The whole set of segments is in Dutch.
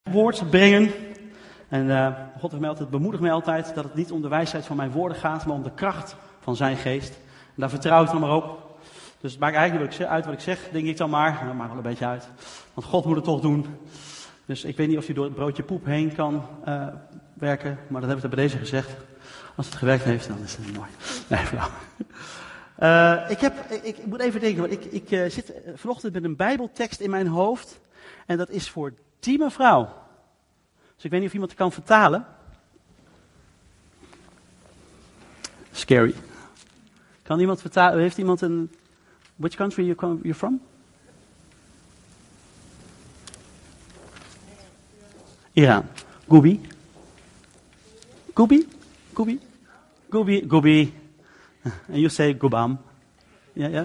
Woord brengen. En God heeft mij altijd, bemoedigt mij altijd dat het niet om de wijsheid van mijn woorden gaat, maar om de kracht van zijn geest. En daar vertrouw ik dan maar op. Dus het maakt eigenlijk niet uit wat ik zeg, denk ik dan maar. Dat maakt wel een beetje uit. Want God moet het toch doen. Dus ik weet niet of hij door het broodje poep heen kan werken. Maar dat heb ik bij deze gezegd. Als het gewerkt heeft, dan is het mooi. Nee, flauw. Ik moet even denken, want ik zit vanochtend met een bijbeltekst in mijn hoofd. En dat is voor die mevrouw. Dus ik weet niet of iemand het kan vertalen. Scary. Kan iemand vertalen? Heeft iemand een... Which country you're from? Iran. Gubi. Gubi? Gubi? Gubi. Gubi. And you say Gubam. Ja.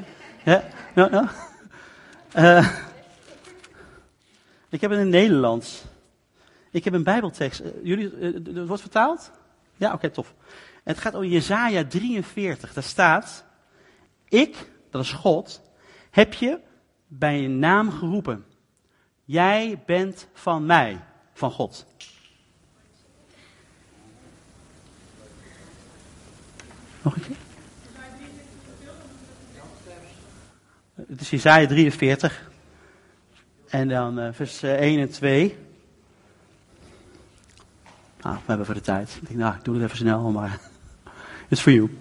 Ik heb het in het Nederlands. Ik heb een bijbeltekst. Het wordt vertaald? Ja, oké, tof. Het gaat over Jesaja 43. Daar staat: ik, dat is God, heb je bij je naam geroepen. Jij bent van mij, van God. Nog een keer? Het is Jesaja 43. En dan vers 1 en 2. Nou, we hebben voor de tijd. Ik denk, ik doe het even snel, maar it's for you.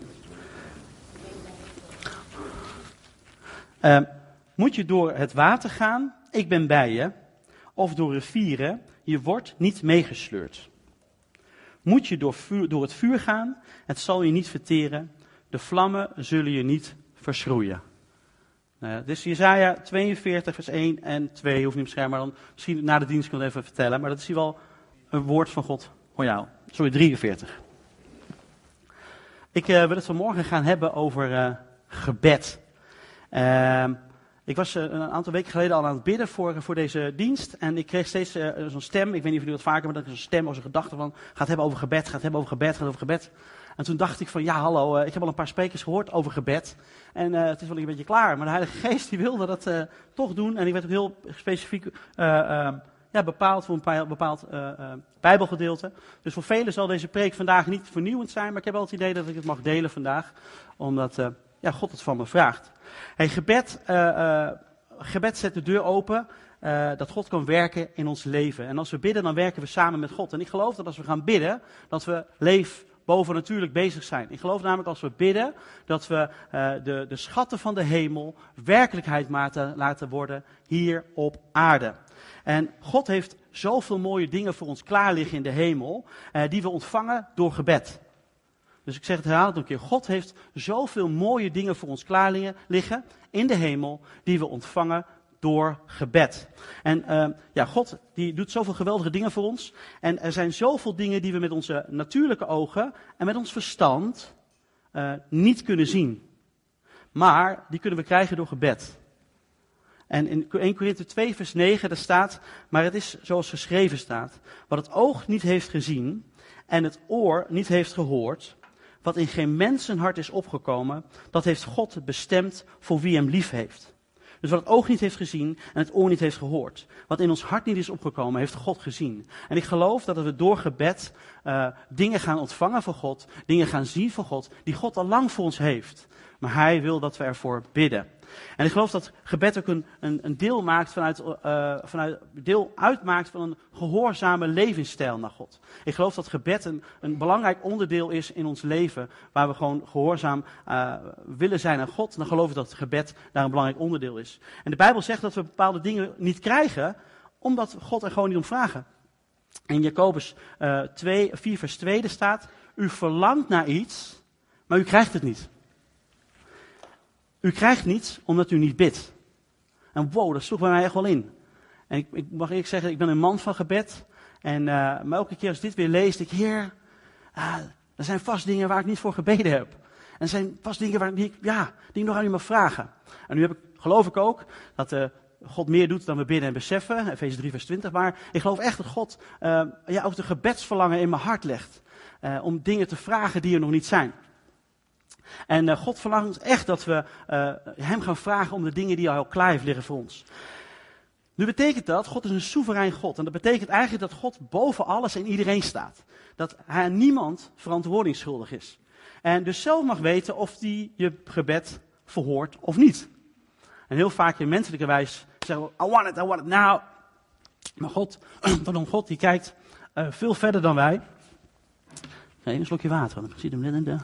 Moet je door het water gaan? Ik ben bij je. Of door rivieren? Je wordt niet meegesleurd. Moet je door het vuur gaan? Het zal je niet verteren. De vlammen zullen je niet verschroeien. Dit is Jesaja 42 vers 1 en 2. Hoeft niet op scherm, maar dan misschien na de dienst kan ik het even vertellen. Maar dat is hier wel een woord van God voor jou. Sorry, 43. Ik wil het vanmorgen gaan hebben over gebed. Ik was een aantal weken geleden al aan het bidden voor deze dienst. En ik kreeg steeds zo'n stem. Ik weet niet of jullie dat vaker, maar dat is een stem of een gedachte van: gaat hebben over gebed, gaat hebben over gebed, gaat over gebed. En toen dacht ik van, ja hallo, ik heb al een paar sprekers gehoord over gebed. En het is wel een beetje klaar. Maar de Heilige Geest die wilde dat toch doen. En ik werd ook heel specifiek bepaald voor een bepaald Bijbelgedeelte. Dus voor velen zal deze preek vandaag niet vernieuwend zijn. Maar ik heb wel het idee dat ik het mag delen vandaag. Omdat God het van me vraagt. Hey, gebed zet de deur open. Dat God kan werken in ons leven. En als we bidden, dan werken we samen met God. En ik geloof dat als we gaan bidden, dat we bovennatuurlijk bezig zijn. Ik geloof namelijk als we bidden, dat we de schatten van de hemel werkelijkheid laten worden hier op aarde. En God heeft zoveel mooie dingen voor ons klaar liggen in de hemel, die we ontvangen door gebed. Dus ik zeg het, herhaal het nog een keer. God heeft zoveel mooie dingen voor ons klaar liggen in de hemel, die we ontvangen door gebed. En God die doet zoveel geweldige dingen voor ons. En er zijn zoveel dingen die we met onze natuurlijke ogen en met ons verstand niet kunnen zien. Maar die kunnen we krijgen door gebed. En in 1 Korinthe 2 vers 9 daar staat: maar het is zoals geschreven staat: wat het oog niet heeft gezien en het oor niet heeft gehoord, wat in geen mensenhart is opgekomen, dat heeft God bestemd voor wie hem lief heeft. Dus wat het oog niet heeft gezien en het oor niet heeft gehoord. Wat in ons hart niet is opgekomen, heeft God gezien. En ik geloof dat we door gebed dingen gaan ontvangen van God. Dingen gaan zien van God, die God al lang voor ons heeft. Maar hij wil dat we ervoor bidden. En ik geloof dat gebed ook een deel maakt deel uitmaakt van een gehoorzame levensstijl naar God. Ik geloof dat gebed een belangrijk onderdeel is in ons leven, waar we gewoon gehoorzaam willen zijn aan God. Dan geloof ik dat het gebed daar een belangrijk onderdeel is. En de Bijbel zegt dat we bepaalde dingen niet krijgen, omdat God er gewoon niet om vragen. In Jacobus 4 vers 2 staat: u verlangt naar iets, maar u krijgt het niet. U krijgt niets omdat u niet bidt. En wow, dat sloeg bij mij echt wel in. En ik mag eerlijk zeggen, ik ben een man van gebed. Maar elke keer als ik dit weer lees, denk ik: Heer, er zijn vast dingen waar ik niet voor gebeden heb. En er zijn vast dingen die ik nog aan u mag vragen. En nu geloof ik ook dat God meer doet dan we bidden en beseffen. Efeze 3 vers 20. Maar ik geloof echt dat God ook de gebedsverlangen in mijn hart legt. Om dingen te vragen die er nog niet zijn. En God verlangt echt dat we hem gaan vragen om de dingen die al heel klaar heeft liggen voor ons. Nu betekent dat, God is een soeverein God. En dat betekent eigenlijk dat God boven alles en iedereen staat. Dat hij aan niemand verantwoording schuldig is. En dus zelf mag weten of hij je gebed verhoort of niet. En heel vaak in menselijke wijs zeggen we, I want it now. Maar God die kijkt veel verder dan wij. Nee, een slokje water, want ik zie hem net in de...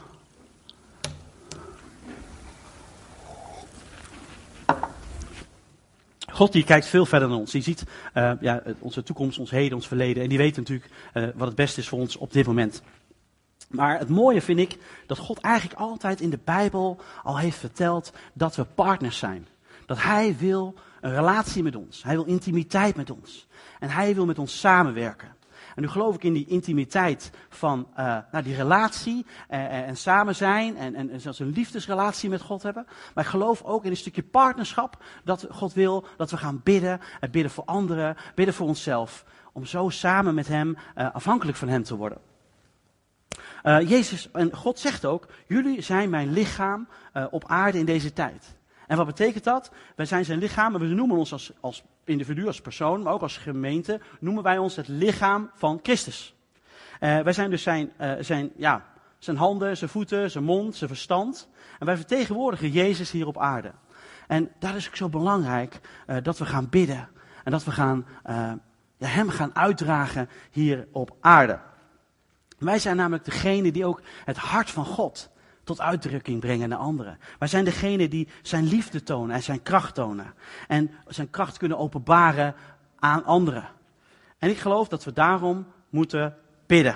God die kijkt veel verder dan ons. Die ziet onze toekomst, ons heden, ons verleden. En die weet natuurlijk wat het beste is voor ons op dit moment. Maar het mooie vind ik dat God eigenlijk altijd in de Bijbel al heeft verteld dat we partners zijn. Dat hij wil een relatie met ons. Hij wil intimiteit met ons. En hij wil met ons samenwerken. En nu geloof ik in die intimiteit van die relatie en samen zijn en zelfs een liefdesrelatie met God hebben. Maar ik geloof ook in een stukje partnerschap dat God wil dat we gaan bidden. En bidden voor anderen, bidden voor onszelf. Om zo samen met hem afhankelijk van hem te worden. Jezus en God zegt ook, jullie zijn mijn lichaam op aarde in deze tijd. En wat betekent dat? Wij zijn zijn lichaam en we noemen ons als individu, als persoon, maar ook als gemeente, noemen wij ons het lichaam van Christus. Wij zijn dus zijn handen, zijn voeten, zijn mond, zijn verstand. En wij vertegenwoordigen Jezus hier op aarde. En daar is ook zo belangrijk dat we gaan bidden. En dat we hem gaan uitdragen hier op aarde. Wij zijn namelijk degene die ook het hart van God tot uitdrukking brengen naar anderen. Wij zijn degene die zijn liefde tonen en zijn kracht tonen. En zijn kracht kunnen openbaren aan anderen. En ik geloof dat we daarom moeten bidden.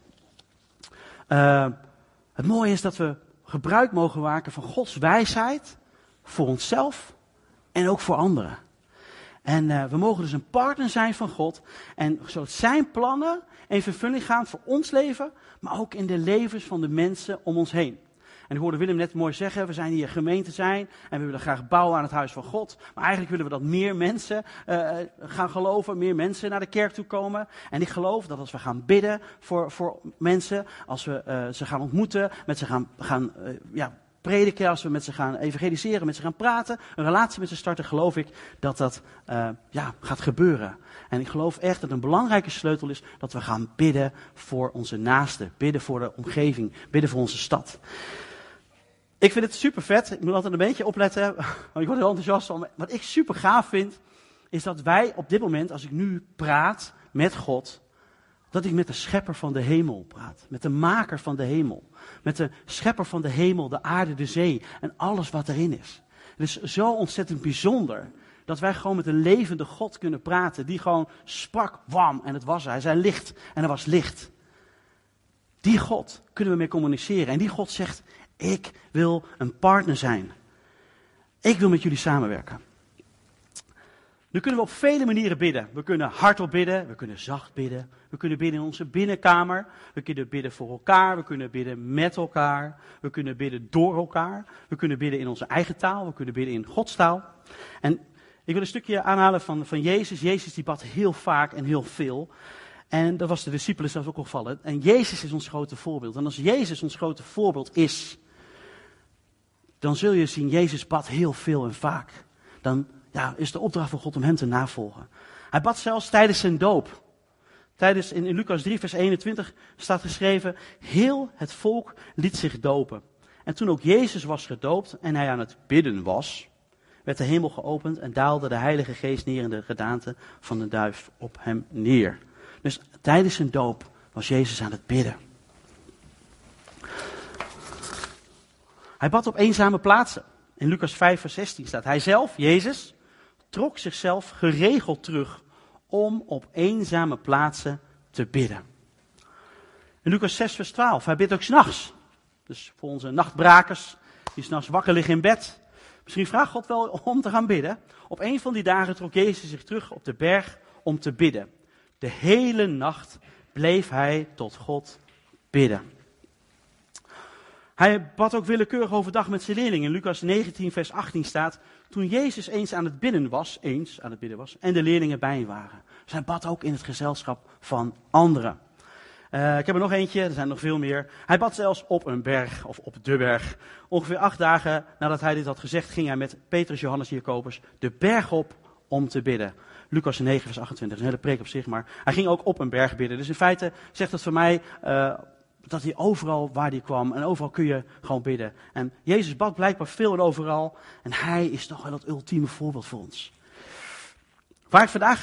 Het mooie is dat we gebruik mogen maken van Gods wijsheid voor onszelf en ook voor anderen. En we mogen dus een partner zijn van God. En zodat zijn plannen in vervulling gaan voor ons leven, maar ook in de levens van de mensen om ons heen. En ik hoorde Willem net mooi zeggen, we zijn hier gemeente zijn en we willen graag bouwen aan het huis van God. Maar eigenlijk willen we dat meer mensen gaan geloven, meer mensen naar de kerk toe komen. En ik geloof dat als we gaan bidden voor mensen, als we ze gaan ontmoeten, met ze gaan prediken, als we met ze gaan evangeliseren, met ze gaan praten, een relatie met ze starten, geloof ik dat gaat gebeuren. En ik geloof echt dat een belangrijke sleutel is dat we gaan bidden voor onze naasten, bidden voor de omgeving, bidden voor onze stad. Ik vind het super vet, ik moet altijd een beetje opletten, want ik word heel enthousiast van. Wat ik super gaaf vind, is dat wij op dit moment, als ik nu praat met God, dat ik met de schepper van de hemel praat. Met de maker van de hemel. Met de schepper van de hemel, de aarde, de zee en alles wat erin is. Het is zo ontzettend bijzonder dat wij gewoon met een levende God kunnen praten. Die gewoon sprak, wam, en het was er. Hij zei licht en er was licht. Die God kunnen we mee communiceren. En die God zegt, ik wil een partner zijn. Ik wil met jullie samenwerken. Nu kunnen we op vele manieren bidden. We kunnen hardop bidden, we kunnen zacht bidden. We kunnen bidden in onze binnenkamer. We kunnen bidden voor elkaar, we kunnen bidden met elkaar. We kunnen bidden door elkaar. We kunnen bidden in onze eigen taal, we kunnen bidden in Gods taal. En ik wil een stukje aanhalen van Jezus. Jezus die bad heel vaak en heel veel. En dat was de discipelen zelfs ook opvallend. En Jezus is ons grote voorbeeld. En als Jezus ons grote voorbeeld is, dan zul je zien, Jezus bad heel veel en vaak. Dan is de opdracht van God om hem te navolgen. Hij bad zelfs tijdens zijn doop. In Lucas 3 vers 21 staat geschreven, heel het volk liet zich dopen. En toen ook Jezus was gedoopt en hij aan het bidden was, werd de hemel geopend en daalde de Heilige Geest neer in de gedaante van de duif op hem neer. Dus tijdens zijn doop was Jezus aan het bidden. Hij bad op eenzame plaatsen. In Lucas 5 vers 16 staat, hij zelf, Jezus, trok zichzelf geregeld terug om op eenzame plaatsen te bidden. In Lucas 6 vers 12, hij bidt ook 's nachts. Dus voor onze nachtbrakers die 's nachts wakker liggen in bed. Misschien vraagt God wel om te gaan bidden. Op een van die dagen trok Jezus zich terug op de berg om te bidden. De hele nacht bleef hij tot God bidden. Hij bad ook willekeurig overdag met zijn leerlingen. In Lucas 19 vers 18 staat, toen Jezus eens aan het bidden was en de leerlingen bij hem waren. Dus hij bad ook in het gezelschap van anderen. Ik heb er nog eentje, er zijn nog veel meer. Hij bad zelfs op een berg, of op de berg. Ongeveer 8 dagen nadat hij dit had gezegd, ging hij met Petrus, Johannes en Jacobus de berg op om te bidden. Lucas 9 vers 28, een hele preek op zich, maar hij ging ook op een berg bidden. Dus in feite zegt het voor mij dat hij overal waar hij kwam en overal kun je gewoon bidden. En Jezus bad blijkbaar veel en overal en hij is toch wel het ultieme voorbeeld voor ons. Waar ik vandaag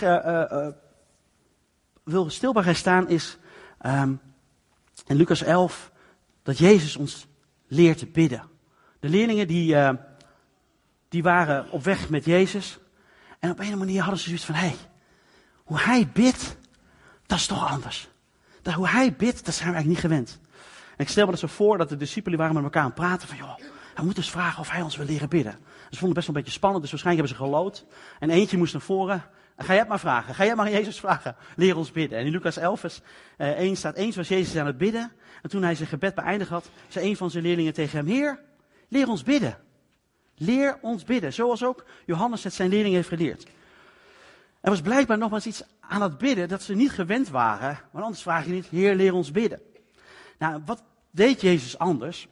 wil stil bij gaan staan is in Lucas 11 dat Jezus ons leert te bidden. De leerlingen die waren op weg met Jezus en op een manier hadden ze zoiets van, hoe hij bidt, dat is toch anders. Hoe hij bidt, dat zijn we eigenlijk niet gewend. En ik stel me dat zo voor dat de discipelen waren met elkaar aan het praten van, joh, we moeten eens vragen of hij ons wil leren bidden. Ze vonden het best wel een beetje spannend, dus waarschijnlijk hebben ze geloot. En eentje moest naar voren. Ga jij het maar vragen. Ga jij maar aan Jezus vragen. Leer ons bidden. En in Lucas 11 vers 1 staat, eens was Jezus aan het bidden. En toen hij zijn gebed beëindigd had, zei een van zijn leerlingen tegen hem, Heer, leer ons bidden. Leer ons bidden. Zoals ook Johannes het zijn leerlingen heeft geleerd. Er was blijkbaar nogmaals iets aan het bidden dat ze niet gewend waren. Want anders vraag je niet, Heer, leer ons bidden. Nou, wat deed Jezus anders?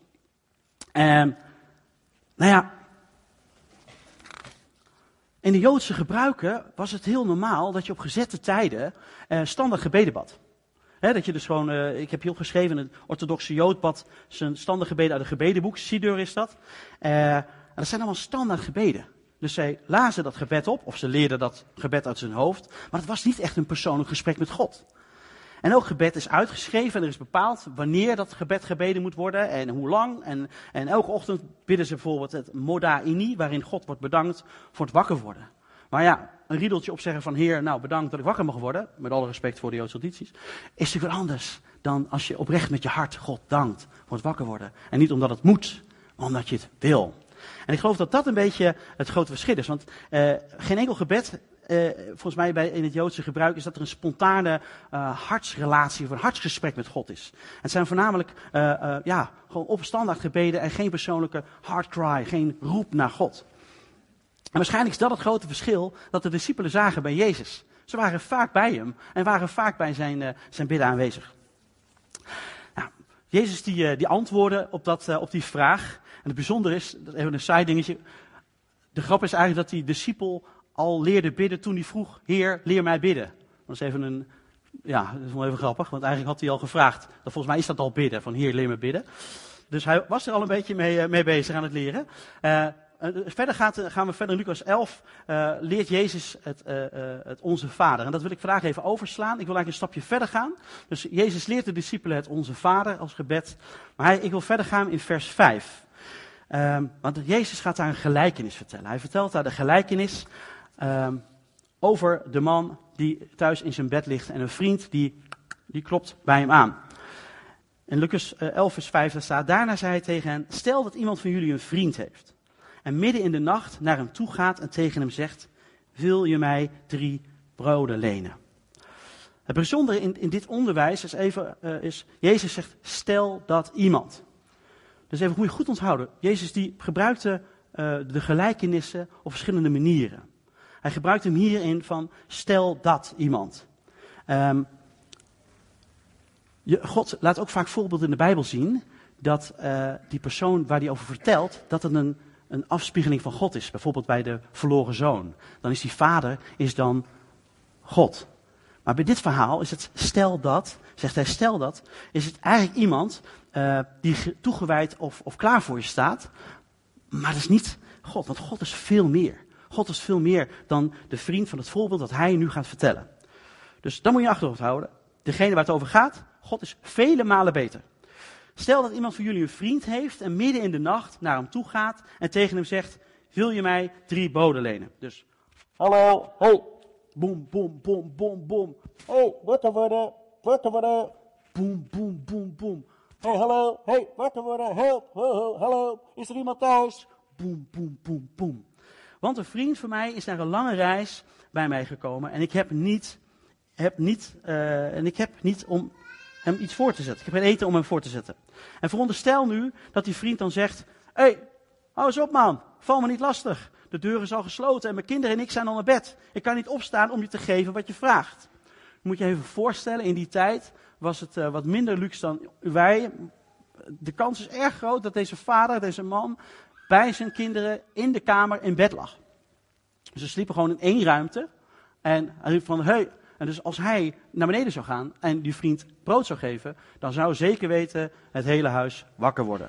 In de Joodse gebruiken was het heel normaal dat je op gezette tijden standaard gebeden bad. Dat je dus gewoon, ik heb hier opgeschreven, een orthodoxe Jood bad zijn standaard gebeden uit een gebedenboek, Siddur is dat. En dat zijn allemaal standaard gebeden. Dus zij lazen dat gebed op, of ze leerden dat gebed uit zijn hoofd. Maar het was niet echt een persoonlijk gesprek met God. En elk gebed is uitgeschreven en er is bepaald wanneer dat gebed gebeden moet worden en hoe lang. En elke ochtend bidden ze bijvoorbeeld het Modaini, waarin God wordt bedankt voor het wakker worden. Maar ja, een riedeltje opzeggen van Heer, nou bedankt dat ik wakker mag worden, met alle respect voor de Joodse tradities, is natuurlijk wel anders dan als je oprecht met je hart God dankt voor het wakker worden. En niet omdat het moet, maar omdat je het wil. En ik geloof dat dat een beetje het grote verschil is, want geen enkel gebed, volgens mij in het Joodse gebruik, is dat er een spontane hartsrelatie of een hartsgesprek met God is. Het zijn voornamelijk gewoon op standaard gebeden en geen persoonlijke heart cry, geen roep naar God. En waarschijnlijk is dat het grote verschil dat de discipelen zagen bij Jezus. Ze waren vaak bij hem en waren vaak bij zijn bidden aanwezig. Nou, Jezus die antwoordde op die vraag. En het bijzondere is, dat even een side dingetje. De grap is eigenlijk dat die discipel al leerde bidden toen hij vroeg, Heer, leer mij bidden. Dat is even dat is wel even grappig, want eigenlijk had hij al gevraagd. Volgens mij is dat al bidden, van Heer, leer me bidden. Dus hij was er al een beetje mee bezig aan het leren. Verder gaan we verder in Lucas 11, leert Jezus het Onze Vader. En dat wil ik vandaag even overslaan. Ik wil eigenlijk een stapje verder gaan. Dus Jezus leert de discipelen het Onze Vader als gebed. Maar ik wil verder gaan in vers 5. Want Jezus gaat daar een gelijkenis vertellen. Hij vertelt daar de gelijkenis over de man die thuis in zijn bed ligt en een vriend die klopt bij hem aan. In Lucas 11 vers 5 daar staat, daarna zei hij tegen hen, stel dat iemand van jullie een vriend heeft. En midden in de nacht naar hem toe gaat en tegen hem zegt, wil je mij 3 broden lenen? Het bijzondere in dit onderwijs is, Jezus zegt, stel dat iemand. Dus even moet je goed onthouden. Jezus die gebruikte de gelijkenissen op verschillende manieren. Hij gebruikt hem hierin van, stel dat iemand. God laat ook vaak voorbeelden in de Bijbel zien, dat die persoon waar hij over vertelt, dat het een afspiegeling van God is. Bijvoorbeeld bij de verloren zoon. Dan is die vader dan God. Maar bij dit verhaal is het stel dat, zegt hij stel dat, is het eigenlijk iemand die toegewijd of klaar voor je staat. Maar dat is niet God, want God is veel meer. God is veel meer dan de vriend van het voorbeeld dat hij nu gaat vertellen. Dus dan moet je in achterhoofd houden. Degene waar het over gaat, God is vele malen beter. Stel dat iemand van jullie een vriend heeft en midden in de nacht naar hem toe gaat en tegen hem zegt, wil je mij 3 broden lenen? Dus, hallo, ho, boem, boem, boem, boem, boem. Oh, wakker worden, boem, boem, boem, boem. Hey, hallo, hey, wakker worden, help, hallo, is er iemand thuis? Boem, boem, boem, boem. Want een vriend van mij is naar een lange reis bij mij gekomen en ik heb niet om hem iets voor te zetten. Ik heb geen eten om hem voor te zetten. En veronderstel nu dat die vriend dan zegt, hou eens op man, val me niet lastig. De deur is al gesloten en mijn kinderen en ik zijn al naar bed. Ik kan niet opstaan om je te geven wat je vraagt. Moet je even voorstellen, in die tijd was het wat minder luxe dan wij. De kans is erg groot dat deze vader, deze man, bij zijn kinderen in de kamer in bed lag. Dus ze sliepen gewoon in één ruimte. En hij riep van, hey. En dus als hij naar beneden zou gaan en die vriend brood zou geven, dan zou zeker weten het hele huis wakker worden.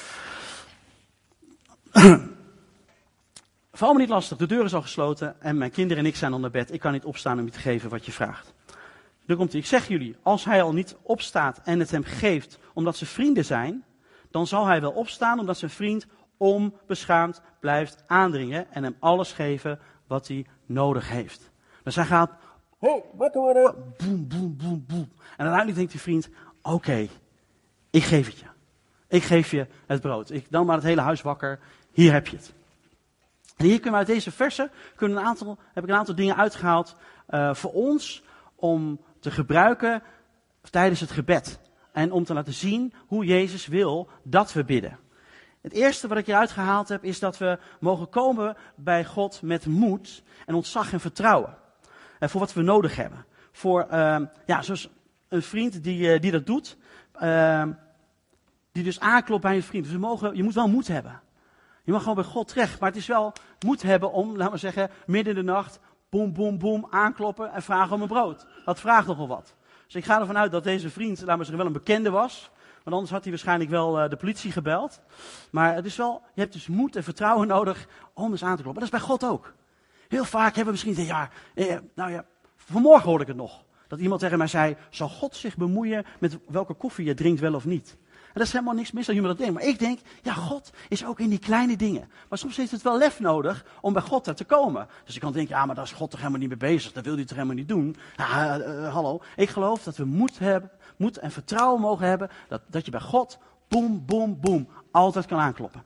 Val me niet lastig, de deur is al gesloten en mijn kinderen en ik zijn onder bed. Ik kan niet opstaan om je te geven wat je vraagt. Dan komt hij, ik zeg jullie, als hij al niet opstaat en het hem geeft omdat ze vrienden zijn, dan zal hij wel opstaan omdat zijn vriend onbeschaamd blijft aandringen en hem alles geven wat hij nodig heeft. Dus hij gaat, wakker worden, boem, boem, boem, boem. En uiteindelijk denkt die vriend, oké, ik geef het je. Ik geef je het brood. Dan maar het hele huis wakker, hier heb je het. En hier kunnen we uit deze versen heb ik een aantal dingen uitgehaald voor ons om te gebruiken tijdens het gebed. En om te laten zien hoe Jezus wil dat we bidden. Het eerste wat ik hieruit gehaald heb is dat we mogen komen bij God met moed en ontzag en vertrouwen. Voor wat we nodig hebben. Voor, zoals een vriend die dat doet, die dus aanklopt bij een vriend. Dus je moet wel moed hebben. Je mag gewoon bij God terecht, maar het is wel moed hebben om, laten we zeggen, midden in de nacht, boem, boem, boem, aankloppen en vragen om een brood. Dat vraagt nogal wat. Dus ik ga ervan uit dat deze vriend, laten we zeggen, wel een bekende was. Want anders had hij waarschijnlijk wel de politie gebeld. Maar het is wel, je hebt dus moed en vertrouwen nodig om eens aan te kloppen. Dat is bij God ook. Heel vaak hebben we misschien, vanmorgen hoorde ik het nog. Dat iemand tegen mij zei, zal God zich bemoeien met welke koffie je drinkt wel of niet? En dat is helemaal niks mis dat iemand dat denkt. Maar ik denk, ja, God is ook in die kleine dingen. Maar soms heeft het wel lef nodig om bij God te komen. Dus je kan denken, ja, maar daar is God toch helemaal niet mee bezig. Dat wil hij toch helemaal niet doen. Hallo, ik geloof dat we moed en vertrouwen mogen hebben. Dat je bij God, boem, boem, boem, altijd kan aankloppen.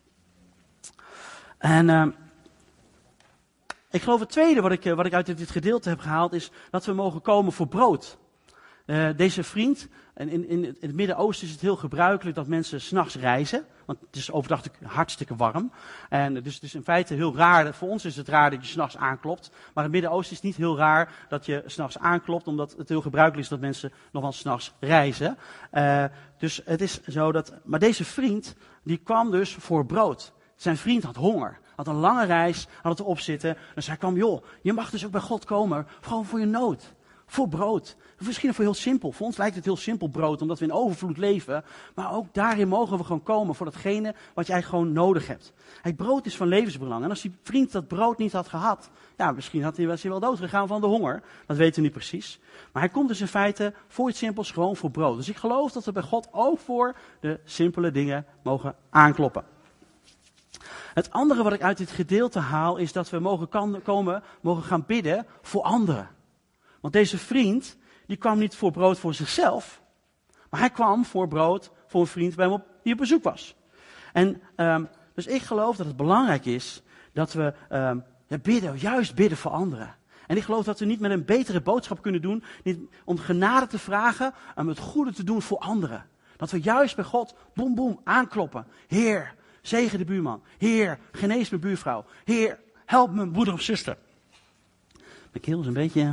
En ik geloof het tweede wat ik uit dit gedeelte heb gehaald is dat we mogen komen voor brood. Deze vriend, en in het Midden-Oosten is het heel gebruikelijk dat mensen 's nachts reizen. Want het is overdag natuurlijk hartstikke warm. En dus het is in feite heel raar, voor ons is het raar dat je 's nachts aanklopt. Maar in het Midden-Oosten is het niet heel raar dat je 's nachts aanklopt. Omdat het heel gebruikelijk is dat mensen nog wel 's nachts reizen. Dus het is zo dat, maar deze vriend, die kwam dus voor brood. Zijn vriend had honger. Had een lange reis, had het erop zitten. Dus hij kwam, joh, je mag dus ook bij God komen. Gewoon voor je nood. Voor brood. Misschien voor heel simpel. Voor ons lijkt het heel simpel brood, omdat we in overvloed leven. Maar ook daarin mogen we gewoon komen voor datgene wat jij gewoon nodig hebt. Brood is van levensbelang. En als die vriend dat brood niet had gehad, ja, misschien was hij wel dood gegaan van de honger. Dat weten we niet precies. Maar hij komt dus in feite voor iets simpels, gewoon voor brood. Dus ik geloof dat we bij God ook voor de simpele dingen mogen aankloppen. Het andere wat ik uit dit gedeelte haal, is dat we mogen gaan bidden voor anderen. Want deze vriend, die kwam niet voor brood voor zichzelf, maar hij kwam voor brood voor een vriend bij hem die op bezoek was. En dus ik geloof dat het belangrijk is dat we juist bidden voor anderen. En ik geloof dat we niet met een betere boodschap kunnen doen, niet om genade te vragen, om het goede te doen voor anderen. Dat we juist bij God, boem boem, aankloppen. Heer, zegen de buurman. Heer, genees mijn buurvrouw. Heer, help mijn broeder of zuster. Mijn keel is een beetje...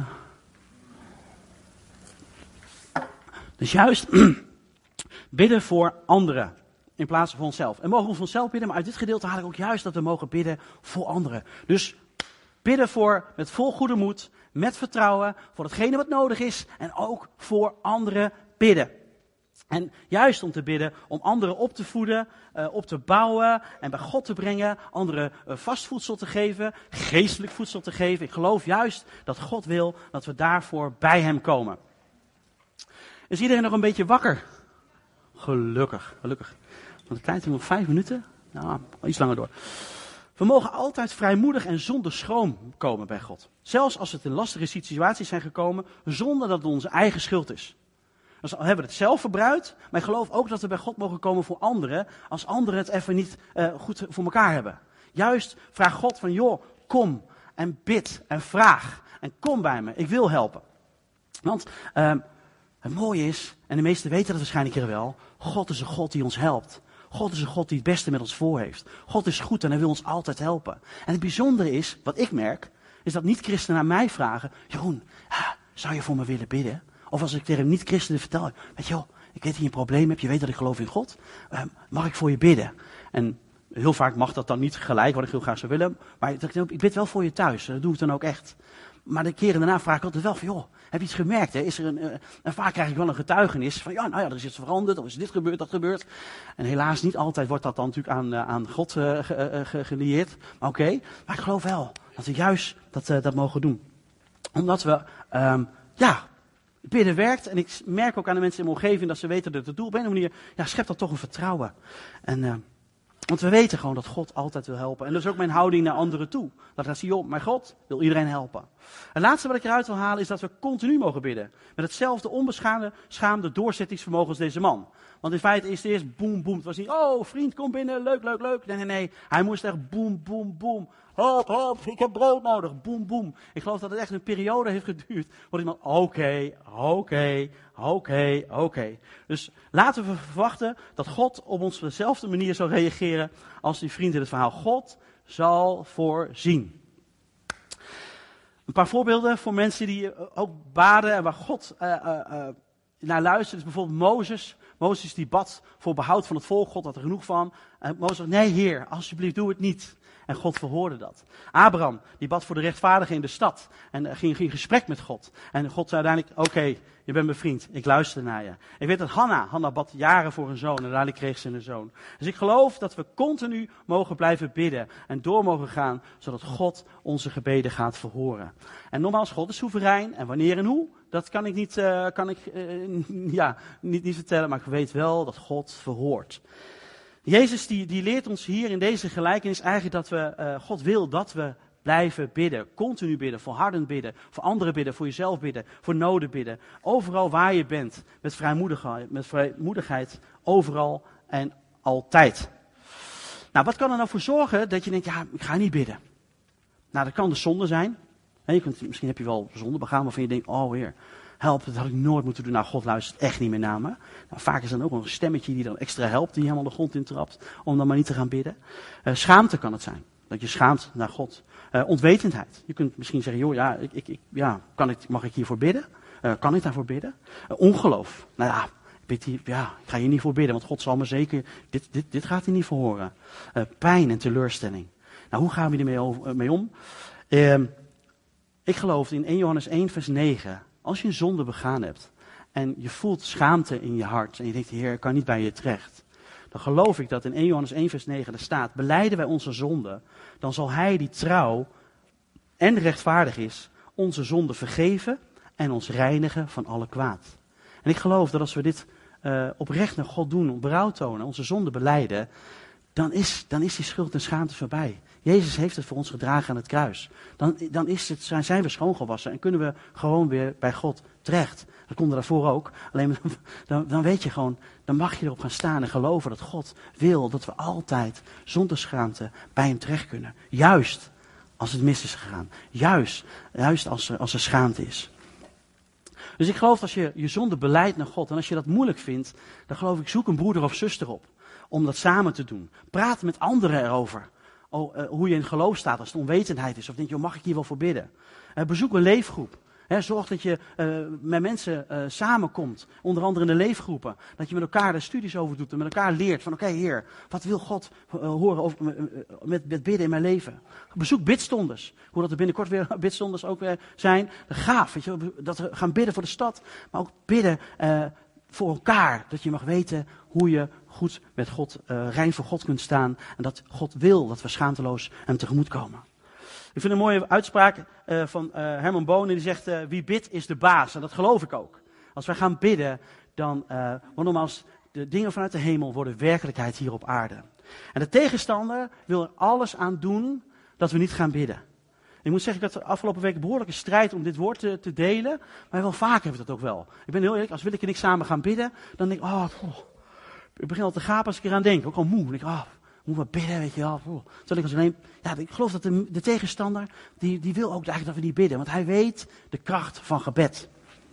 Dus juist bidden voor anderen in plaats van voor onszelf. En mogen we voor onszelf bidden, maar uit dit gedeelte haal ik ook juist dat we mogen bidden voor anderen. Dus bidden met vol goede moed, met vertrouwen, voor hetgene wat nodig is en ook voor anderen bidden. En juist om te bidden, om anderen op te voeden, op te bouwen en bij God te brengen, anderen vast voedsel te geven, geestelijk voedsel te geven. Ik geloof juist dat God wil dat we daarvoor bij hem komen. Is iedereen nog een beetje wakker? Gelukkig. Want de tijd is nog 5 minuten. Nou, iets langer door. We mogen altijd vrijmoedig en zonder schroom komen bij God. Zelfs als we in lastige situaties zijn gekomen, zonder dat het onze eigen schuld is. Dus al hebben we het zelf verbruikt, maar ik geloof ook dat we bij God mogen komen voor anderen, als anderen het even niet goed voor elkaar hebben. Juist vraag God van, joh, kom en bid en vraag en kom bij me, ik wil helpen. Want het mooie is, en de meesten weten dat waarschijnlijk hier wel, God is een God die ons helpt. God is een God die het beste met ons voor heeft. God is goed en hij wil ons altijd helpen. En het bijzondere is, wat ik merk, is dat niet-christenen aan mij vragen, Jeroen, zou je voor me willen bidden? Of als ik tegen niet-christenen vertel, weet je wel, ik weet dat je een probleem hebt, je weet dat ik geloof in God, mag ik voor je bidden? En Heel vaak mag dat dan niet gelijk, wat ik heel graag zou willen. Maar ik bid wel voor je thuis. Dat doe ik dan ook echt. Maar de keren daarna vraag ik altijd wel van, joh, heb je iets gemerkt? Hè? Is er en vaak krijg ik wel een getuigenis van, ja, nou ja, er is iets veranderd, of is dit gebeurd, dat gebeurt. En helaas niet altijd wordt dat dan natuurlijk aan God gelieerd. Maar oké, maar ik geloof wel dat we juist dat mogen doen. Omdat we, bidden werkt. En ik merk ook aan de mensen in mijn omgeving dat ze weten dat het doel op een manier, schept dat toch een vertrouwen. En want we weten gewoon dat God altijd wil helpen. En dat is ook mijn houding naar anderen toe. Dat ik zie, joh, mijn God wil iedereen helpen. Het laatste wat ik eruit wil halen is dat we continu mogen bidden. Met hetzelfde onbeschaamde doorzettingsvermogen als deze man. Want in feite is het eerst boem, boem. Het was niet, oh vriend, kom binnen, leuk, leuk, leuk. Nee. Hij moest echt boem, boem, boem. Help, ik heb brood nodig. Boem, boem. Ik geloof dat het echt een periode heeft geduurd. Waar iemand, oké. Dus laten we verwachten dat God op ons dezelfde manier zal reageren als die vriend in het verhaal. God zal voorzien. Een paar voorbeelden voor mensen die ook baden en waar God naar luistert. Is bijvoorbeeld Mozes. Mozes die bad voor behoud van het volk. God had er genoeg van. En Mozes zei, nee Heer, alsjeblieft doe het niet. En God verhoorde dat. Abraham, die bad voor de rechtvaardigen in de stad. En ging in gesprek met God. En God zei uiteindelijk, oké, je bent mijn vriend. Ik luister naar je. Ik weet dat Hanna bad jaren voor een zoon. En uiteindelijk kreeg ze een zoon. Dus ik geloof dat we continu mogen blijven bidden. En door mogen gaan, zodat God onze gebeden gaat verhoren. En nogmaals, God is soeverein. En wanneer en hoe, dat kan ik niet vertellen. Maar ik weet wel dat God verhoort. Jezus die leert ons hier in deze gelijkenis eigenlijk dat we, God wil dat we blijven bidden. Continu bidden, volhardend bidden, voor anderen bidden, voor jezelf bidden, voor noden bidden. Overal waar je bent, met vrijmoedigheid, overal en altijd. Nou, wat kan er nou voor zorgen dat je denkt, ik ga niet bidden? Nou, dat kan de zonde zijn. Misschien heb je wel zonde begaan waarvan je denkt, oh Heer, help, dat had ik nooit moeten doen. Nou, God luistert echt niet meer naar me. Nou, vaak is dan ook een stemmetje die dan extra helpt, die helemaal de grond intrapt, om dan maar niet te gaan bidden. Schaamte kan het zijn, dat je schaamt naar God. Onwetendheid. Je kunt misschien zeggen, joh, mag ik hiervoor bidden? Kan ik daarvoor bidden? Ongeloof. Nou ja, ik ga hier niet voor bidden, want God zal me zeker, dit gaat hij niet verhoren. Pijn en teleurstelling. Nou, hoe gaan we ermee om? Ik geloof in 1 Johannes 1 vers 9... Als je een zonde begaan hebt en je voelt schaamte in je hart en je denkt, Heer, ik kan niet bij je terecht. Dan geloof ik dat in 1 Johannes 1 vers 9 er staat, belijden wij onze zonde, dan zal Hij die trouw en rechtvaardig is, onze zonde vergeven en ons reinigen van alle kwaad. En ik geloof dat als we dit oprecht naar God doen, berouw tonen, onze zonde belijden, dan is die schuld en schaamte voorbij. Jezus heeft het voor ons gedragen aan het kruis. Dan zijn we schoongewassen en kunnen we gewoon weer bij God terecht. Dat kon er daarvoor ook. Alleen dan weet je gewoon, dan mag je erop gaan staan en geloven dat God wil dat we altijd zonder schaamte bij hem terecht kunnen. Juist als het mis is gegaan. Juist als er schaamte is. Dus ik geloof dat als je je zonde belijdt naar God en als je dat moeilijk vindt, dan geloof ik, zoek een broeder of zuster op. Om dat samen te doen. Praat met anderen erover. Hoe je in geloof staat als het onwetendheid is. Of denk je, mag ik hier wel voor bidden? Bezoek een leefgroep. Zorg dat je met mensen samenkomt. Onder andere in de leefgroepen. Dat je met elkaar de studies over doet. En met elkaar leert van oké, Heer, wat wil God horen over, met bidden in mijn leven? Bezoek bidstonders. Hoe dat er binnenkort weer bidstonders ook weer zijn. Gaaf, weet je, dat we gaan bidden voor de stad. Maar ook bidden voor elkaar. Dat je mag weten hoe je goed met God, rein voor God kunt staan. En dat God wil dat we schaamteloos hem tegemoet komen. Ik vind een mooie uitspraak van Herman Bonen. Die zegt, wie bidt is de baas. En dat geloof ik ook. Als wij gaan bidden, dan nogmaals, de dingen vanuit de hemel worden werkelijkheid hier op aarde. En de tegenstander wil er alles aan doen dat we niet gaan bidden. Ik moet zeggen, ik had de afgelopen week een behoorlijke strijd om dit woord te delen. Maar wel vaak heb ik dat ook wel. Ik ben heel eerlijk, als Willeke en ik samen gaan bidden, dan denk ik, ik begin al te gapen als ik eraan denk. Ook al moe. Dan denk ik, moet maar bidden, weet je wel. Ik geloof dat de tegenstander, die wil ook eigenlijk dat we niet bidden. Want hij weet de kracht van gebed.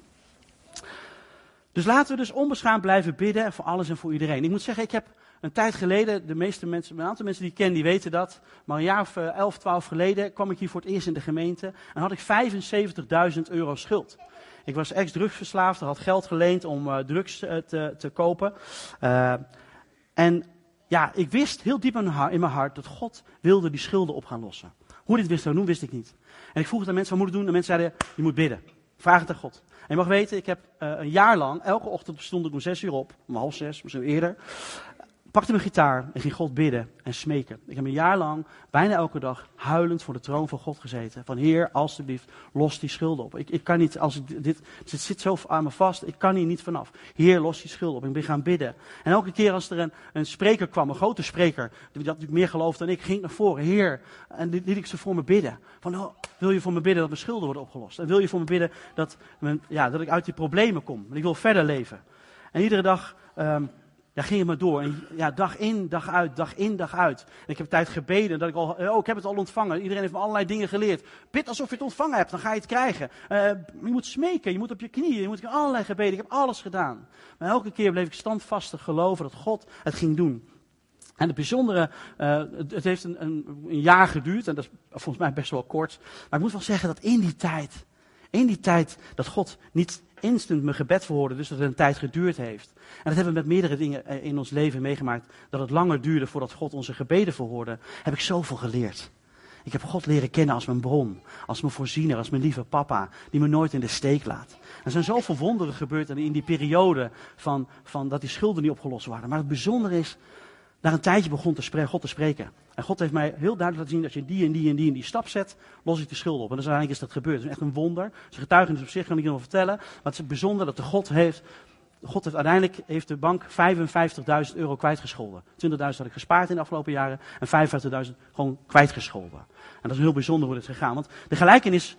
Dus laten we dus onbeschaamd blijven bidden voor alles en voor iedereen. Ik moet zeggen, ik heb een tijd geleden, een aantal mensen die ik ken, die weten dat. Maar een jaar of 11, 12 geleden kwam ik hier voor het eerst in de gemeente. En had ik €75.000 schuld. Ik was ex-drugsverslaafd, had geld geleend om drugs te kopen. En ik wist heel diep in mijn hart dat God wilde die schulden op gaan lossen. Hoe dit wist te doen, wist ik niet. En ik vroeg het aan mensen, wat moet ik doen? En mensen zeiden, je moet bidden. Vraag het aan God. En je mag weten, ik heb een jaar lang, elke ochtend stond ik om 6 uur op, om 5:30, misschien eerder. Pakte mijn gitaar en ging God bidden en smeken. Ik heb een jaar lang, bijna elke dag, huilend voor de troon van God gezeten. Van Heer, alstublieft, los die schulden op. Ik kan niet, het zit zo aan me vast, ik kan hier niet vanaf. Heer, los die schulden op. Ik ben gaan bidden. En elke keer als er een spreker kwam, een grote spreker, die natuurlijk meer geloof dan ik, ging ik naar voren. Heer, en liet ik ze voor me bidden. Van, wil je voor me bidden dat mijn schulden worden opgelost? En wil je voor me bidden dat ik uit die problemen kom? Want ik wil verder leven. En iedere dag ging het maar door. En dag in, dag uit, dag in, dag uit. En ik heb tijd gebeden dat ik heb het al ontvangen. Iedereen heeft me allerlei dingen geleerd. Bid alsof je het ontvangen hebt, dan ga je het krijgen. Je moet smeken, je moet op je knieën, je moet allerlei gebeden. Ik heb alles gedaan. Maar elke keer bleef ik standvastig geloven dat God het ging doen. En het bijzondere, het heeft een jaar geduurd. En dat is volgens mij best wel kort. Maar ik moet wel zeggen dat in die tijd dat God niet instant mijn gebed verhoorde, dus dat het een tijd geduurd heeft. En dat hebben we met meerdere dingen in ons leven meegemaakt, dat het langer duurde voordat God onze gebeden verhoorde. Heb ik zoveel geleerd. Ik heb God leren kennen als mijn bron, als mijn voorziener, als mijn lieve papa, die me nooit in de steek laat. Er zijn zoveel wonderen gebeurd in die periode van dat die schulden niet opgelost waren. Maar het bijzondere is, na een tijdje begon God te spreken. En God heeft mij heel duidelijk laten zien, dat je die en die en die en die stap zet, los ik de schulden op. En dus uiteindelijk is dat gebeurd. Het is echt een wonder. Het is een getuigenis op zich, kan ik je nog vertellen. Maar het is bijzonder dat uiteindelijk heeft de bank €55.000 kwijtgescholden. 20.000 had ik gespaard in de afgelopen jaren en 55.000 gewoon kwijtgescholden. En dat is heel bijzonder hoe dit is gegaan. Want de gelijkenis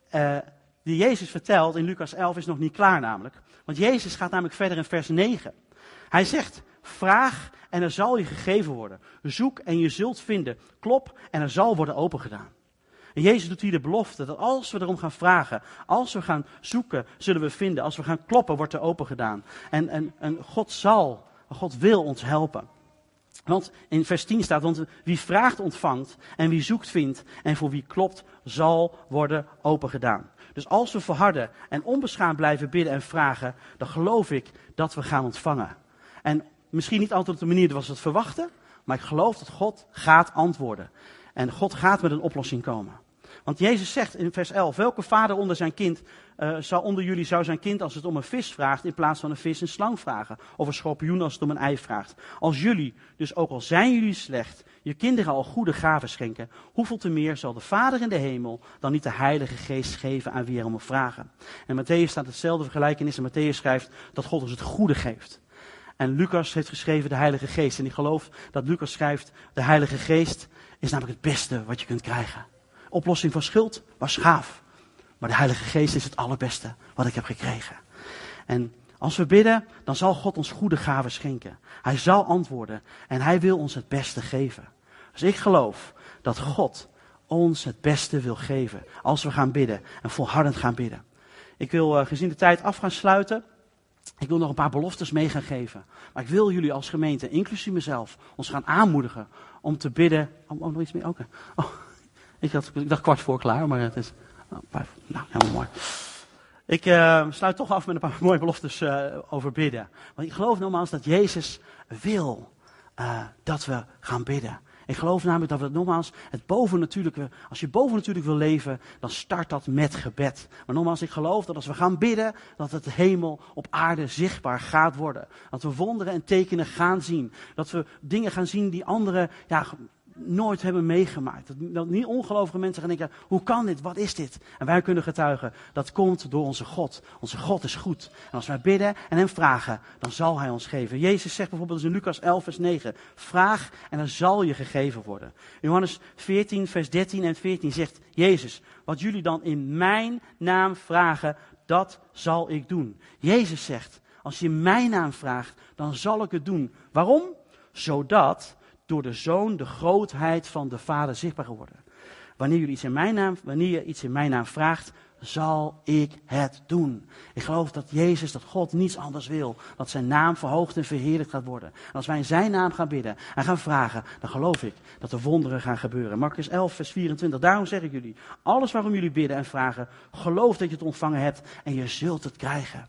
die Jezus vertelt in Lucas 11 is nog niet klaar namelijk. Want Jezus gaat namelijk verder in vers 9. Hij zegt, vraag en er zal je gegeven worden. Zoek en je zult vinden. Klop en er zal worden opengedaan. En Jezus doet hier de belofte dat als we erom gaan vragen, als we gaan zoeken, zullen we vinden. Als we gaan kloppen, wordt er opengedaan. En God wil ons helpen. Want in vers 10 staat, want wie vraagt ontvangt en wie zoekt vindt en voor wie klopt zal worden opengedaan. Dus als we volharden en onbeschaamd blijven bidden en vragen, dan geloof ik dat we gaan ontvangen. En misschien niet altijd op de manier zoals we het verwachten, maar ik geloof dat God gaat antwoorden. En God gaat met een oplossing komen. Want Jezus zegt in vers 11, welke vader onder jullie zou zijn kind als het om een vis vraagt, in plaats van een vis een slang vragen? Of een schorpioen als het om een ei vraagt? Als jullie, dus ook al zijn jullie slecht, je kinderen al goede gaven schenken, hoeveel te meer zal de Vader in de hemel dan niet de Heilige Geest geven aan wie er om vragen? En Matthäus staat hetzelfde vergelijkenis en Matthäus schrijft dat God ons het goede geeft. En Lucas heeft geschreven de Heilige Geest. En ik geloof dat Lucas schrijft, de Heilige Geest is namelijk het beste wat je kunt krijgen. Oplossing van schuld was gaaf. Maar de Heilige Geest is het allerbeste wat ik heb gekregen. En als we bidden, dan zal God ons goede gaven schenken. Hij zal antwoorden en hij wil ons het beste geven. Dus ik geloof dat God ons het beste wil geven als we gaan bidden en volhardend gaan bidden. Ik wil gezien de tijd af gaan sluiten. Ik wil nog een paar beloftes mee gaan geven. Maar ik wil jullie als gemeente, inclusief mezelf, ons gaan aanmoedigen om te bidden. Nog iets meer? Oké. Ik dacht 4:15 klaar, maar het is 5. Nou, helemaal mooi. Ik sluit toch af met een paar mooie beloftes over bidden. Want ik geloof nogmaals dat Jezus wil dat we gaan bidden. Ik geloof namelijk dat we nogmaals het bovennatuurlijke, als je bovennatuurlijk wil leven, dan start dat met gebed. Maar nogmaals, ik geloof dat als we gaan bidden, dat het de hemel op aarde zichtbaar gaat worden. Dat we wonderen en tekenen gaan zien. Dat we dingen gaan zien die anderen nooit hebben meegemaakt. Dat niet ongelovige mensen gaan denken, hoe kan dit, wat is dit? En wij kunnen getuigen, dat komt door onze God. Onze God is goed. En als wij bidden en hem vragen, dan zal hij ons geven. Jezus zegt bijvoorbeeld in Lucas 11 vers 9, vraag en er zal je gegeven worden. In Johannes 14 vers 13 en 14 zegt Jezus, wat jullie dan in mijn naam vragen, dat zal ik doen. Jezus zegt, als je in mijn naam vraagt, dan zal ik het doen. Waarom? Zodat door de Zoon de grootheid van de Vader zichtbaar geworden. Wanneer je iets in mijn naam vraagt, zal ik het doen. Ik geloof dat Jezus, dat God niets anders wil. Dat zijn naam verhoogd en verheerlijkt gaat worden. En als wij in zijn naam gaan bidden en gaan vragen, dan geloof ik dat er wonderen gaan gebeuren. Marcus 11 vers 24, daarom zeg ik jullie, alles waarom jullie bidden en vragen, geloof dat je het ontvangen hebt en je zult het krijgen.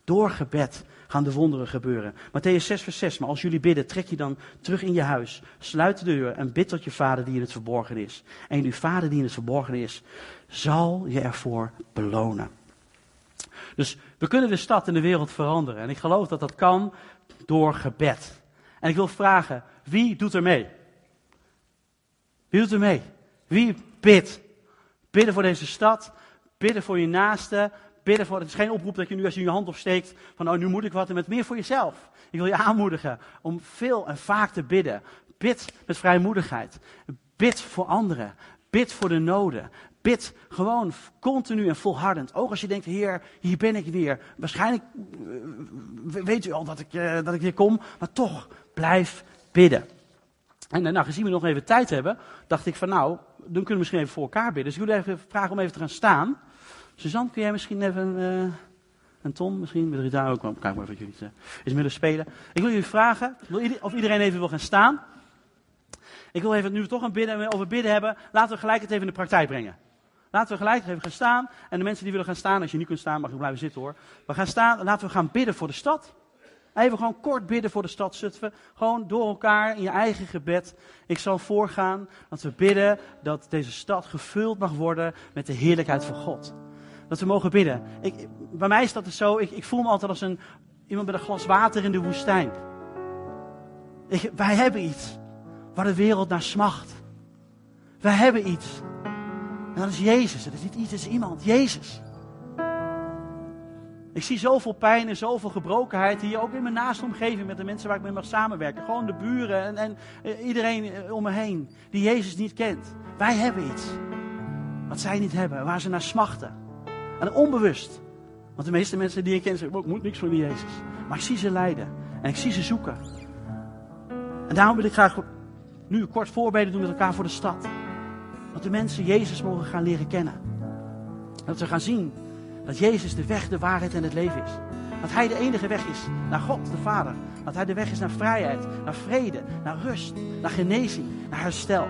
Door gebed gaan de wonderen gebeuren. Mattheüs 6 vers 6. Maar als jullie bidden, trek je dan terug in je huis. Sluit de deur en bid tot je vader die in het verborgen is. En uw vader die in het verborgen is, zal je ervoor belonen. Dus we kunnen de stad en de wereld veranderen. En ik geloof dat dat kan door gebed. En ik wil vragen, wie doet er mee? Wie doet er mee? Wie bidt? Bidden voor deze stad, bidden voor je naaste, bidden voor... Het is geen oproep dat je nu als je je hand opsteekt van, oh, nu moet ik wat, en met meer voor jezelf. Ik wil je aanmoedigen om veel en vaak te bidden. Bid met vrijmoedigheid. Bid voor anderen. Bid voor de noden. Bid gewoon continu en volhardend. Ook als je denkt, Heer, hier ben ik weer. Waarschijnlijk weet u al dat ik weer kom, maar toch blijf bidden. En nou, gezien we nog even tijd hebben, dacht ik van nou, dan kunnen we misschien even voor elkaar bidden. Dus ik wil even vragen om even te gaan staan. Suzanne, kun jij misschien even, en Tom misschien, met Rita ook, kijk maar even wat jullie eens willen spelen. Ik wil jullie vragen, of iedereen even wil gaan staan. Ik wil even, nu we toch over bidden hebben, laten we gelijk het even in de praktijk brengen. Laten we gelijk even gaan staan. En de mensen die willen gaan staan, als je niet kunt staan, mag je blijven zitten hoor. We gaan staan, laten we gaan bidden voor de stad. Even gewoon kort bidden voor de stad Zutphen. Gewoon door elkaar in je eigen gebed. Ik zal voorgaan dat we bidden dat deze stad gevuld mag worden met de heerlijkheid van God. Dat we mogen bidden. Bij mij is dat dus zo, ik voel me altijd als iemand met een glas water in de woestijn. Wij hebben iets waar de wereld naar smacht. Wij hebben iets. En dat is Jezus. Dat is niet iets, dat is iemand. Jezus. Ik zie zoveel pijn en zoveel gebrokenheid hier, ook in mijn naaste omgeving met de mensen waar ik mee mag samenwerken. Gewoon de buren en iedereen om me heen die Jezus niet kent. Wij hebben iets wat zij niet hebben, waar ze naar smachten. En onbewust. Want de meeste mensen die ik ken zeggen, ik moet niks van die Jezus. Maar ik zie ze lijden en ik zie ze zoeken. En daarom wil ik graag nu een kort voorbeden doen met elkaar voor de stad. Dat de mensen Jezus mogen gaan leren kennen. Dat ze gaan zien dat Jezus de weg, de waarheid en het leven is. Dat Hij de enige weg is naar God, de Vader. Dat Hij de weg is naar vrijheid, naar vrede, naar rust, naar genezing, naar herstel.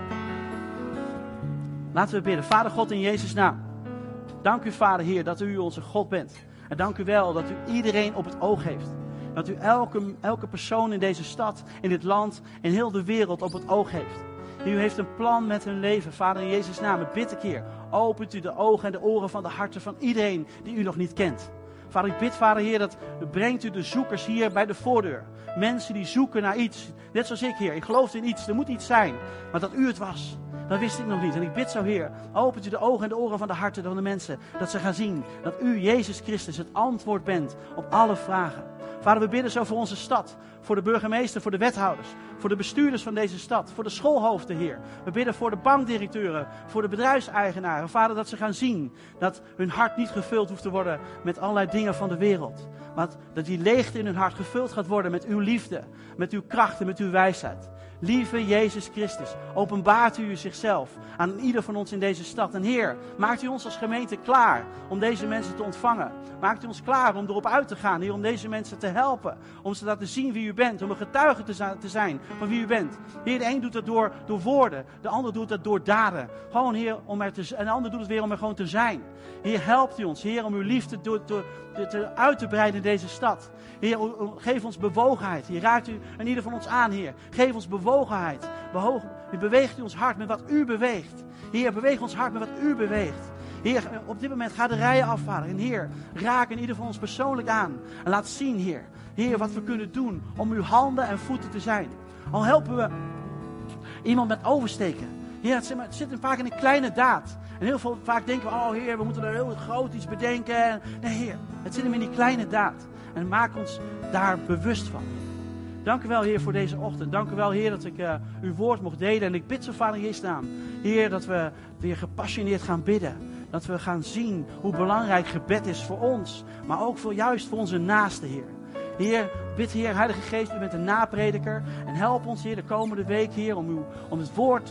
Laten we bidden. Vader God, in Jezus' naam. Dank u, Vader Heer, dat u onze God bent. En dank u wel dat u iedereen op het oog heeft. Dat u elke persoon in deze stad, in dit land, in heel de wereld op het oog heeft. U heeft een plan met hun leven. Vader, in Jezus' naam, ik bid een keer. Opent u de ogen en de oren van de harten van iedereen die u nog niet kent. Vader, ik bid, Vader Heer, dat brengt u de zoekers hier bij de voordeur. Mensen die zoeken naar iets. Net zoals ik, Heer. Ik geloof in iets. Er moet iets zijn. Maar dat u het was, dat wist ik nog niet. En ik bid zo, Heer, opent u de ogen en de oren van de harten van de mensen. Dat ze gaan zien dat u, Jezus Christus, het antwoord bent op alle vragen. Vader, we bidden zo voor onze stad. Voor de burgemeester, voor de wethouders. Voor de bestuurders van deze stad. Voor de schoolhoofden, Heer. We bidden voor de bankdirecteuren. Voor de bedrijfseigenaren. Vader, dat ze gaan zien dat hun hart niet gevuld hoeft te worden met allerlei dingen van de wereld. Maar dat die leegte in hun hart gevuld gaat worden met uw liefde. Met uw kracht en met uw wijsheid. Lieve Jezus Christus, openbaart u zichzelf aan ieder van ons in deze stad. En Heer, maakt u ons als gemeente klaar om deze mensen te ontvangen. Maakt u ons klaar om erop uit te gaan, Heer, om deze mensen te helpen. Om ze te laten zien wie u bent, om een getuige te zijn van wie u bent. Heer, de een doet dat door woorden, de ander doet dat door daden. Gewoon, Heer, en de ander doet het weer om er gewoon te zijn. Heer, helpt u ons, Heer, om uw liefde uit te breiden in deze stad. Heer, geef ons bewogenheid. Heer, raakt u en ieder van ons aan, Heer. Geef ons bewogenheid. Beweegt u ons hart met wat u beweegt. Heer, beweeg ons hart met wat u beweegt. Heer, op dit moment ga de rijen af, Vader. En Heer, raak in ieder van ons persoonlijk aan. En laat zien, Heer. Heer, wat we kunnen doen om uw handen en voeten te zijn. Al helpen we iemand met oversteken. Heer, het zit vaak in een kleine daad. En heel veel vaak denken we, oh Heer, we moeten er heel groot iets bedenken. Nee, Heer, het zit hem in die kleine daad. En maak ons daar bewust van. Dank u wel, Heer, voor deze ochtend. Dank u wel, Heer, dat ik uw woord mocht delen. En ik bid zo, Vader, in Jezus' naam. Heer, dat we weer gepassioneerd gaan bidden. Dat we gaan zien hoe belangrijk gebed is voor ons. Maar ook juist voor onze naaste, Heer. Heer, bid, Heer, Heilige Geest, u bent een naprediker. En help ons, Heer, de komende week, Heer, om het woord,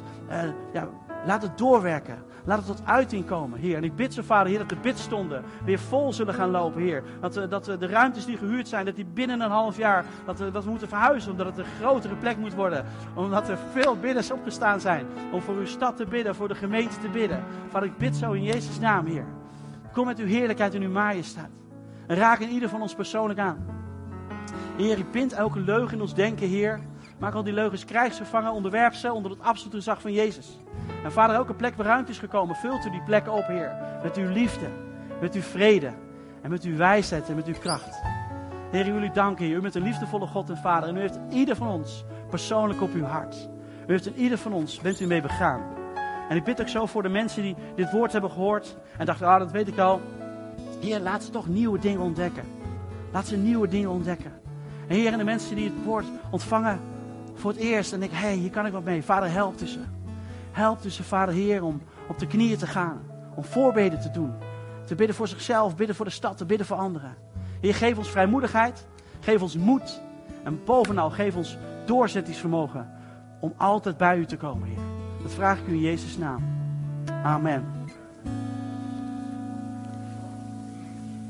laat het doorwerken. Laat het tot uiting komen, Heer. En ik bid zo, Vader, Heer, dat de bidstonden weer vol zullen gaan lopen, Heer. Dat de ruimtes die gehuurd zijn, dat die binnen een half jaar, dat we moeten verhuizen, omdat het een grotere plek moet worden. Omdat er veel bidders opgestaan zijn om voor uw stad te bidden, voor de gemeente te bidden. Vader, ik bid zo in Jezus' naam, Heer. Kom met uw heerlijkheid en uw majesteit. En raak in ieder van ons persoonlijk aan. Heer, u pint elke leugen in ons denken, Heer. Maak al die leugens krijgsgevangen, onderwerp ze onder het absolute gezag van Jezus. En Vader, elke plek waar ruimte is gekomen, vult u die plekken op, Heer. Met uw liefde, met uw vrede en met uw wijsheid en met uw kracht. Heer, u wil u danken, Heer. U bent een liefdevolle God en Vader. En u heeft ieder van ons persoonlijk op uw hart. U heeft in ieder van ons, bent u mee begaan. En ik bid ook zo voor de mensen die dit woord hebben gehoord en dachten, dat weet ik al. Heer, laat ze toch nieuwe dingen ontdekken. Laat ze nieuwe dingen ontdekken. En Heer, en de mensen die het woord ontvangen voor het eerst en denken, hier kan ik wat mee. Vader, help tussen. Help tussen, Vader, Heer, om op de knieën te gaan. Om voorbeden te doen. Te bidden voor zichzelf, bidden voor de stad, te bidden voor anderen. Heer, geef ons vrijmoedigheid. Geef ons moed. En bovenal, geef ons doorzettingsvermogen om altijd bij u te komen, Heer. Dat vraag ik u in Jezus' naam. Amen.